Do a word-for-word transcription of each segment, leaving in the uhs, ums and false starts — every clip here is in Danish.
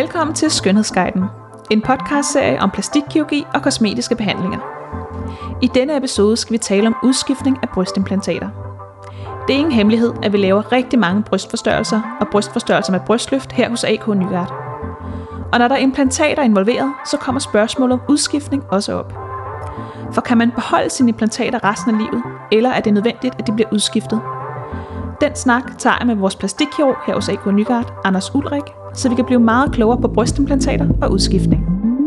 Velkommen til Skønhedsguiden, en podcastserie om plastikkirurgi og kosmetiske behandlinger. I denne episode skal vi tale om udskiftning af brystimplantater. Det er ingen hemmelighed, at vi laver rigtig mange brystforstørrelser og brystforstørrelser med brystløft her hos A K Nygaard. Og når der er implantater involveret, så kommer spørgsmålet om udskiftning også op. For kan man beholde sine implantater resten af livet, eller er det nødvendigt, at de bliver udskiftet? Den snak tager jeg med vores plastikkirurg her hos A K Nygaard, Anders Ulrik, så vi kan blive meget klogere på brystimplantater og udskiftning.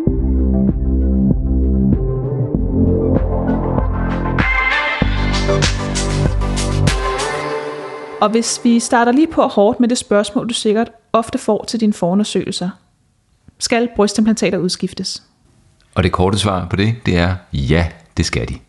Og hvis vi starter lige på hårdt med det spørgsmål, du sikkert ofte får til dine forundersøgelser. Skal brystimplantater udskiftes? Og det korte svar på det, det er ja, det skal de.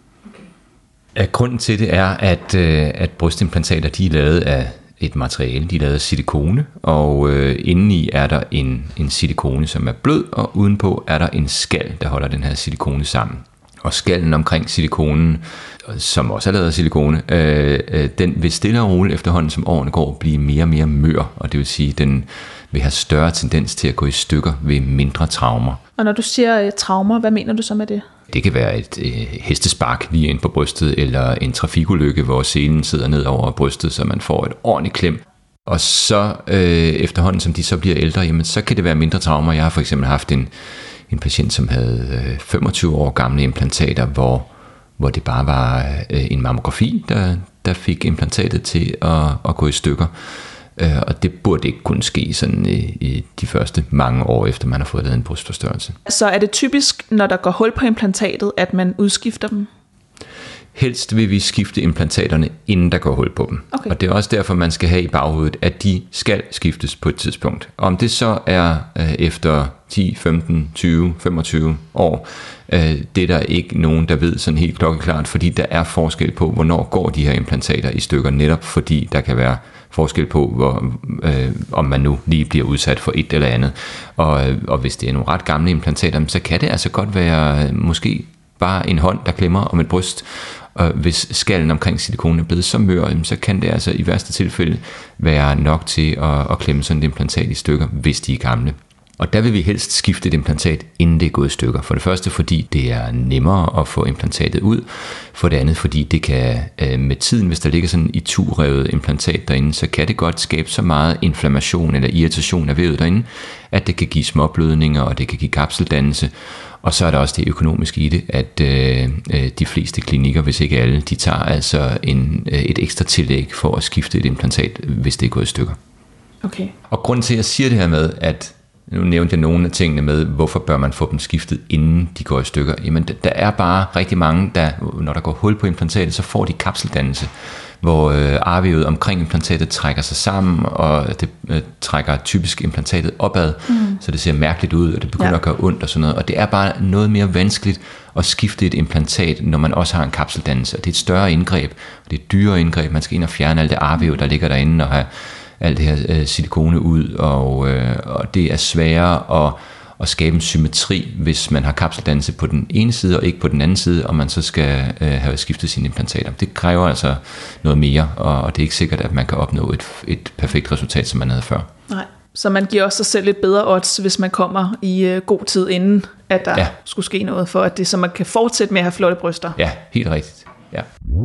Okay. Grunden til det er, at, at brystimplantater de er lavet af et materiale, de er lavet af silikone, og øh, indeni er der en, en silikone, som er blød, og udenpå er der en skal, der holder den her silikone sammen. Og skallen omkring silikonen, som også er lavet af silikone, øh, øh, den vil stille og roligt efterhånden, som årene går, blive mere og mere mør, og det vil sige, at den vil have større tendens til at gå i stykker ved mindre traumer. Og når du siger øh, traumer, hvad mener du så med det? Det kan være et øh, hestespark lige ind på brystet, eller en trafikulykke, hvor selen sidder ned over brystet, så man får et ordentligt klem. Og så øh, efterhånden, som de så bliver ældre, jamen, så kan det være mindre traumer. Jeg har for eksempel haft en, en patient, som havde øh, femogtyve år gamle implantater, hvor, hvor det bare var øh, en mammografi, der, der fik implantatet til at, at gå i stykker. Øh, og det burde ikke kunne ske sådan i, i de første mange år efter man har fået lavet en brystforstørrelse. Så er det typisk, når der går hul på implantatet, at man udskifter dem? Helst vil vi skifte implantaterne, inden der går hul på dem. Okay. Og det er også derfor, man skal have i baghovedet, at de skal skiftes på et tidspunkt. Om det så er øh, efter ti, femten, tyve, femogtyve år, øh, det er der ikke nogen, der ved sådan helt klokkeklart, fordi der er forskel på, hvornår går de her implantater i stykker, netop fordi der kan være forskel på, hvor, øh, om man nu lige bliver udsat for et eller andet. Og, og hvis det er nogle ret gamle implantater, så kan det altså godt være øh, måske bare en hånd, der klemmer om et bryst. Og hvis skallen omkring silikonen er blevet så mør, så kan det altså i værste tilfælde være nok til at, at klemme sådan et implantat i stykker, hvis de er gamle. Og der vil vi helst skifte et implantat, inden det er gået i stykker. For det første, fordi det er nemmere at få implantatet ud. For det andet, fordi det kan med tiden, hvis der ligger sådan et iturevet implantat derinde, så kan det godt skabe så meget inflammation eller irritation af vævet derinde, at det kan give småblødninger, og det kan give kapseldannelse. Og så er der også det økonomiske i det, at øh, de fleste klinikker, hvis ikke alle, de tager altså en, et ekstra tillæg for at skifte et implantat, hvis det er gået i stykker. Okay. Og grunden til, at jeg siger det her med, at nu nævnte jeg nogle af tingene med, hvorfor bør man få dem skiftet, inden de går i stykker. Jamen, der er bare rigtig mange, der, når der går hul på implantatet, så får de kapseldannelse, hvor øh, arvævet omkring implantatet trækker sig sammen, og det øh, trækker typisk implantatet opad, mm. så det ser mærkeligt ud, og det begynder ja. at gøre ondt og sådan noget. Og det er bare noget mere vanskeligt at skifte et implantat, når man også har en kapseldannelse. Og det er et større indgreb, og det er et dyrere indgreb. Man skal ind og fjerne alt det arvæv, der ligger derinde, og have alt det her øh, silikone ud, og, øh, og det er sværere at, at skabe en symmetri, hvis man har kapseldannelse på den ene side, og ikke på den anden side, og man så skal øh, have skiftet sine implantater. Det kræver altså noget mere, og, og det er ikke sikkert, at man kan opnå et, et perfekt resultat, som man havde før. Nej, så man giver også sig selv lidt bedre odds, hvis man kommer i øh, god tid inden, at der ja. skulle ske noget, for at det, så man kan fortsætte med at have flotte bryster. Ja, helt rigtigt. Ja.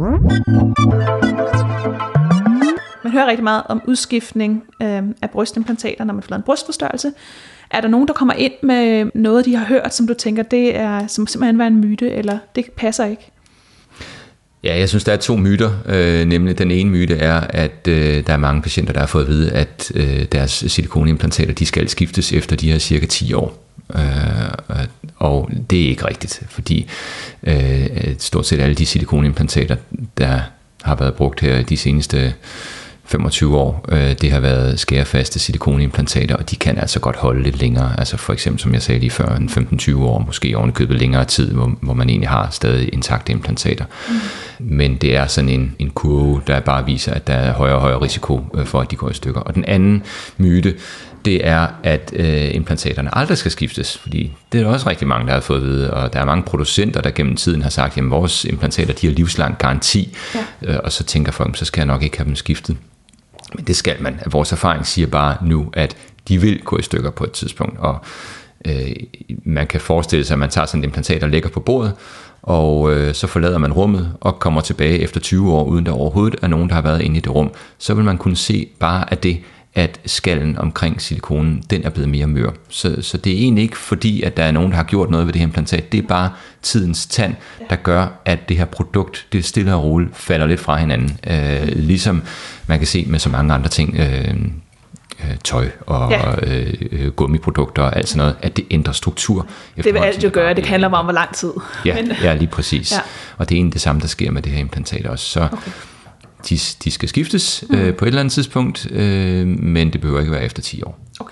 Man hører rigtig meget om udskiftning øh, af brystimplantater, når man får lavet en brystforstørrelse. Er der nogen, der kommer ind med noget, de har hørt, som du tænker, det er som simpelthen var en myte, eller det passer ikke? Ja, jeg synes, der er to myter. Øh, nemlig den ene myte er, at øh, der er mange patienter, der har fået at vide, at øh, deres silikonimplantater, de skal skiftes efter de her cirka ti år. Øh, og det er ikke rigtigt, fordi øh, stort set alle de silikonimplantater, der har været brugt her de seneste femogtyve år, øh, det har været skærefaste silikonimplantater, og de kan altså godt holde lidt længere. Altså for eksempel, som jeg sagde lige før, en femten til tyve år, måske ovenikøbet længere tid, hvor, hvor man egentlig har stadig intakte implantater. Mm. Men det er sådan en, en kurve, der bare viser, at der er højere og højere risiko for, at de går i stykker. Og den anden myte, det er, at øh, implantaterne aldrig skal skiftes, fordi det er der også rigtig mange, der har fået at vide, og der er mange producenter, der gennem tiden har sagt, at vores implantater, de har livslang garanti, ja. øh, og så tænker folk, så skal jeg nok ikke have dem skiftet. Men det skal man. Vores erfaring siger bare nu, at de vil gå i stykker på et tidspunkt, og øh, man kan forestille sig, at man tager sådan et implantat og lægger på bordet, og øh, så forlader man rummet og kommer tilbage efter tyve år, uden der overhovedet er nogen, der har været inde i det rum. Så vil man kunne se bare af det, at skallen omkring silikonen, den er blevet mere mør. Så, så det er egentlig ikke fordi, at der er nogen, der har gjort noget ved det her implantat. Det er bare tidens tand, der gør, at det her produkt, det stille og roligt falder lidt fra hinanden. Øh, ligesom man kan se med så mange andre ting, øh, tøj og ja. øh, gummiprodukter og alt sådan noget, at det ændrer struktur. Det vil alt jo gøre, det handler bare om, hvor lang tid. Ja, Men... ja lige præcis. Ja. Og det er egentlig det samme, der sker med det her implantat også. Så okay. de, de skal skiftes mm. øh, på et eller andet tidspunkt, øh, men det behøver ikke være efter ti år. Okay.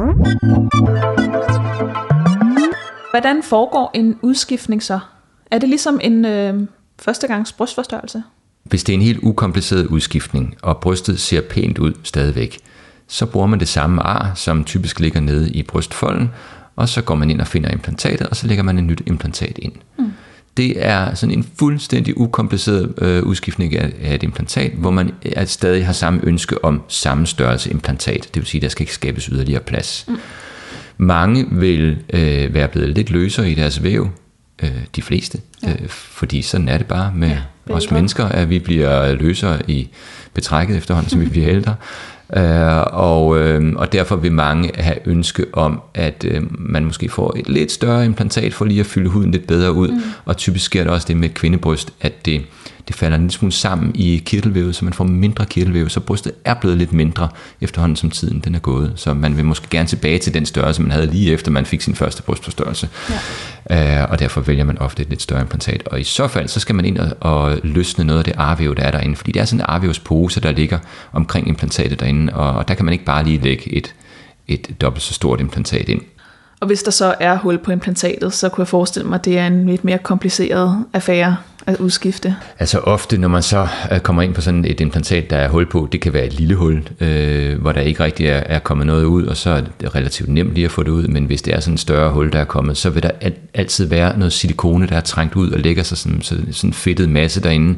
Hvordan foregår en udskiftning så? Er det ligesom en øh, førstegangs brystforstørrelse? Hvis det er en helt ukompliceret udskiftning, og brystet ser pænt ud stadigvæk, så bruger man det samme ar, som typisk ligger nede i brystfolden, og så går man ind og finder implantatet, og så lægger man et nyt implantat ind. Mm. Det er sådan en fuldstændig ukompliceret øh, udskiftning af, af et implantat, hvor man er, stadig har samme ønske om samme størrelse implantat. Det vil sige, at der skal ikke skabes yderligere plads. Mm. Mange vil øh, være blevet lidt løsere i deres væv, øh, de fleste, ja. øh, fordi sådan er det bare med ja, os mennesker, at vi bliver løsere i betrækket efterhånden, som vi bliver ældre. Uh, og, uh, og derfor vil mange have ønske om, at uh, man måske får et lidt større implantat for lige at fylde huden lidt bedre ud. Mm. Og typisk sker det også det med kvindebryst, at det, det falder en lille smule sammen i kirtelvævet, så man får mindre kirtelvæv, så brystet er blevet lidt mindre efterhånden som tiden den er gået. Så man vil måske gerne tilbage til den størrelse, man havde lige efter man fik sin første brystforstørrelse. Ja. Uh, og derfor vælger man ofte et lidt større implantat. Og i så fald, så skal man ind og, og løsne noget af det arvæv, der er derinde, fordi det er sådan en arvævspose, der ligger omkring implantatet derinde, og der kan man ikke bare lige lægge et, et dobbelt så stort implantat ind. Og hvis der så er hul på implantatet, så kunne jeg forestille mig, at det er en lidt mere kompliceret affære at udskifte. Altså ofte, når man så kommer ind på sådan et implantat, der er hul på, det kan være et lille hul, øh, hvor der ikke rigtig er, er kommet noget ud, og så er det relativt nemt lige at få det ud, men hvis det er sådan et større hul, der er kommet, så vil der altid være noget silikone, der er trængt ud og lægger sig sådan, sådan en fedtet masse derinde.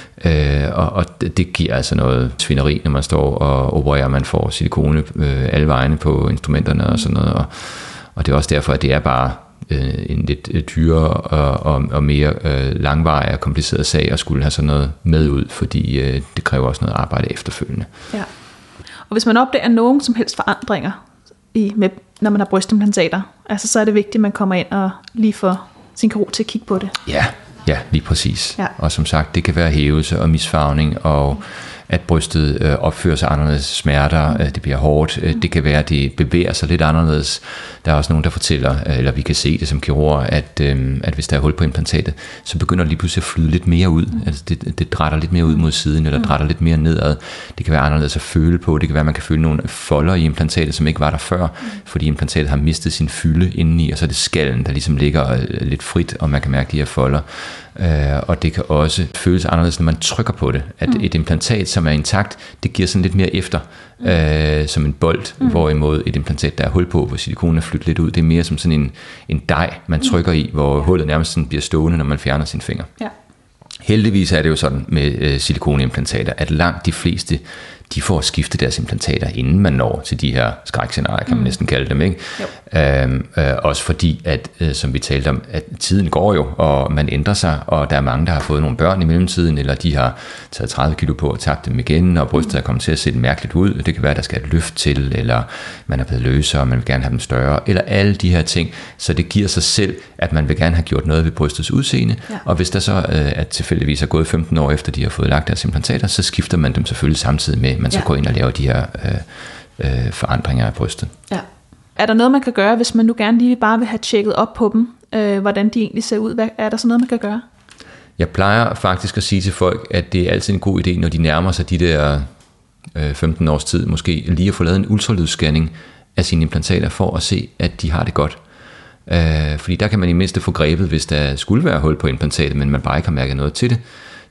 Øh, og, og det giver altså noget svineri, når man står og opererer, man får silikone øh, alle vegne på instrumenterne og sådan noget, og, og det er også derfor, at det er bare øh, en lidt øh, dyrere og, og, og mere øh, langvarig og kompliceret sag at skulle have sådan noget med ud, fordi øh, det kræver også noget arbejde efterfølgende. Ja. Og hvis man opdager nogen som helst forandringer i, med, når man har brystimplantater, altså så er det vigtigt, at man kommer ind og lige får sin kirurg til at kigge på det. Ja. Ja, lige præcis. Ja. Og som sagt, det kan være hævelse og misfarvning, og at brystet øh, opfører sig anderledes, smerter, øh, det bliver hårdt, øh, det kan være, at det bevæger sig lidt anderledes. Der er også nogen, der fortæller, øh, eller vi kan se det som kirurger, at, øh, at hvis der er hul på implantatet, så begynder det lige pludselig at flyde lidt mere ud. Mm. Altså det, det drætter lidt mere ud mod siden, eller mm. drætter lidt mere nedad. Det kan være anderledes at føle på. Det kan være, at man kan føle nogle folder i implantatet, som ikke var der før, mm. fordi implantatet har mistet sin fylde indeni, og så er det skallen, der ligesom ligger øh, lidt frit, og man kan mærke de her folder. Uh, og det kan også føles anderledes, når man trykker på det. At mm. et implantat, som er intakt, det giver sådan lidt mere efter, mm. uh, som en bold, mm. hvorimod et implantat, der er hul på, hvor silikonen er flyttet lidt ud, det er mere som sådan en, en dej, man trykker i, hvor hullet nærmest sådan bliver stående, når man fjerner sin finger. Ja. Heldigvis er det jo sådan med uh, silikonimplantater, at langt de fleste, de får skiftet deres implantater, inden man når til de her skrækscenarier, kan man mm. næsten kalde dem, ikke? Øhm, øh, også fordi, at øh, som vi talte om, at tiden går jo, og man ændrer sig, og der er mange, der har fået nogle børn i mellemtiden, eller de har taget tredive kilo på og tabt dem igen, og brystet er kommet til at se mærkeligt ud. Det kan være, at der skal et løft til, eller man er blevet løsere, og man vil gerne have dem større, eller alle de her ting. Så det giver sig selv, at man vil gerne have gjort noget ved brystets udseende, ja. Og hvis der så øh, er tilfældigvis er gået femten år efter, de har fået lagt deres implantater, så skifter man dem selvfølgelig samtidig med, man så ja. går ind og laver de her øh, øh, forandringer af brystet. Ja. Er der noget, man kan gøre, hvis man nu gerne lige bare vil have tjekket op på dem, øh, hvordan de egentlig ser ud? Hvad, er der så noget, man kan gøre? Jeg plejer faktisk at sige til folk, at det er altid en god idé, når de nærmer sig de der øh, femten års tid, måske lige at få lavet en ultralydsscanning af sine implantater, for at se, at de har det godt. Øh, fordi der kan man i mindste få grebet, hvis der skulle være hul på implantatet, men man bare ikke har mærket noget til det.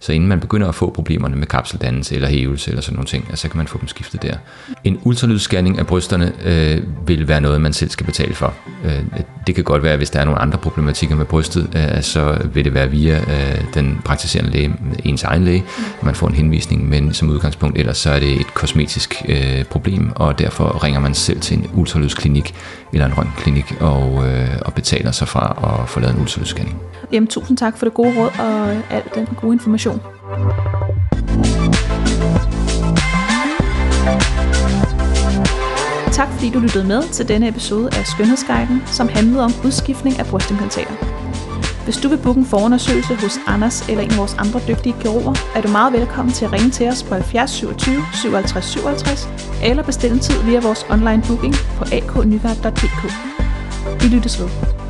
Så inden man begynder at få problemerne med kapseldannelse eller hævelse eller sådan nogle ting, så kan man få dem skiftet der. En ultralydsscanning af brysterne øh, vil være noget, man selv skal betale for. Øh, det kan godt være, hvis der er nogle andre problematikker med brystet, øh, så vil det være via øh, den praktiserende læge, ens egen læge, man får en henvisning, men som udgangspunkt ellers så er det et kosmetisk øh, problem, og derfor ringer man selv til en ultralydsklinik eller en røntgenklinik og, øh, og betaler sig fra at få lavet en ultralydsscanning. Jamen, tusind tak for det gode råd og al den gode information. Tak fordi du lyttede med til denne episode af Skønhedsguiden, som handlede om udskiftning af brystimplantater. Hvis du vil booke en forundersøgelse hos Anders eller en af vores andre dygtige kirurger, er du meget velkommen til at ringe til os på halvfjerds syvogtyve syvoghalvtreds syvoghalvtreds eller bestille en tid via vores online booking på a k nygaard punktum d k. Vi lyttes ved.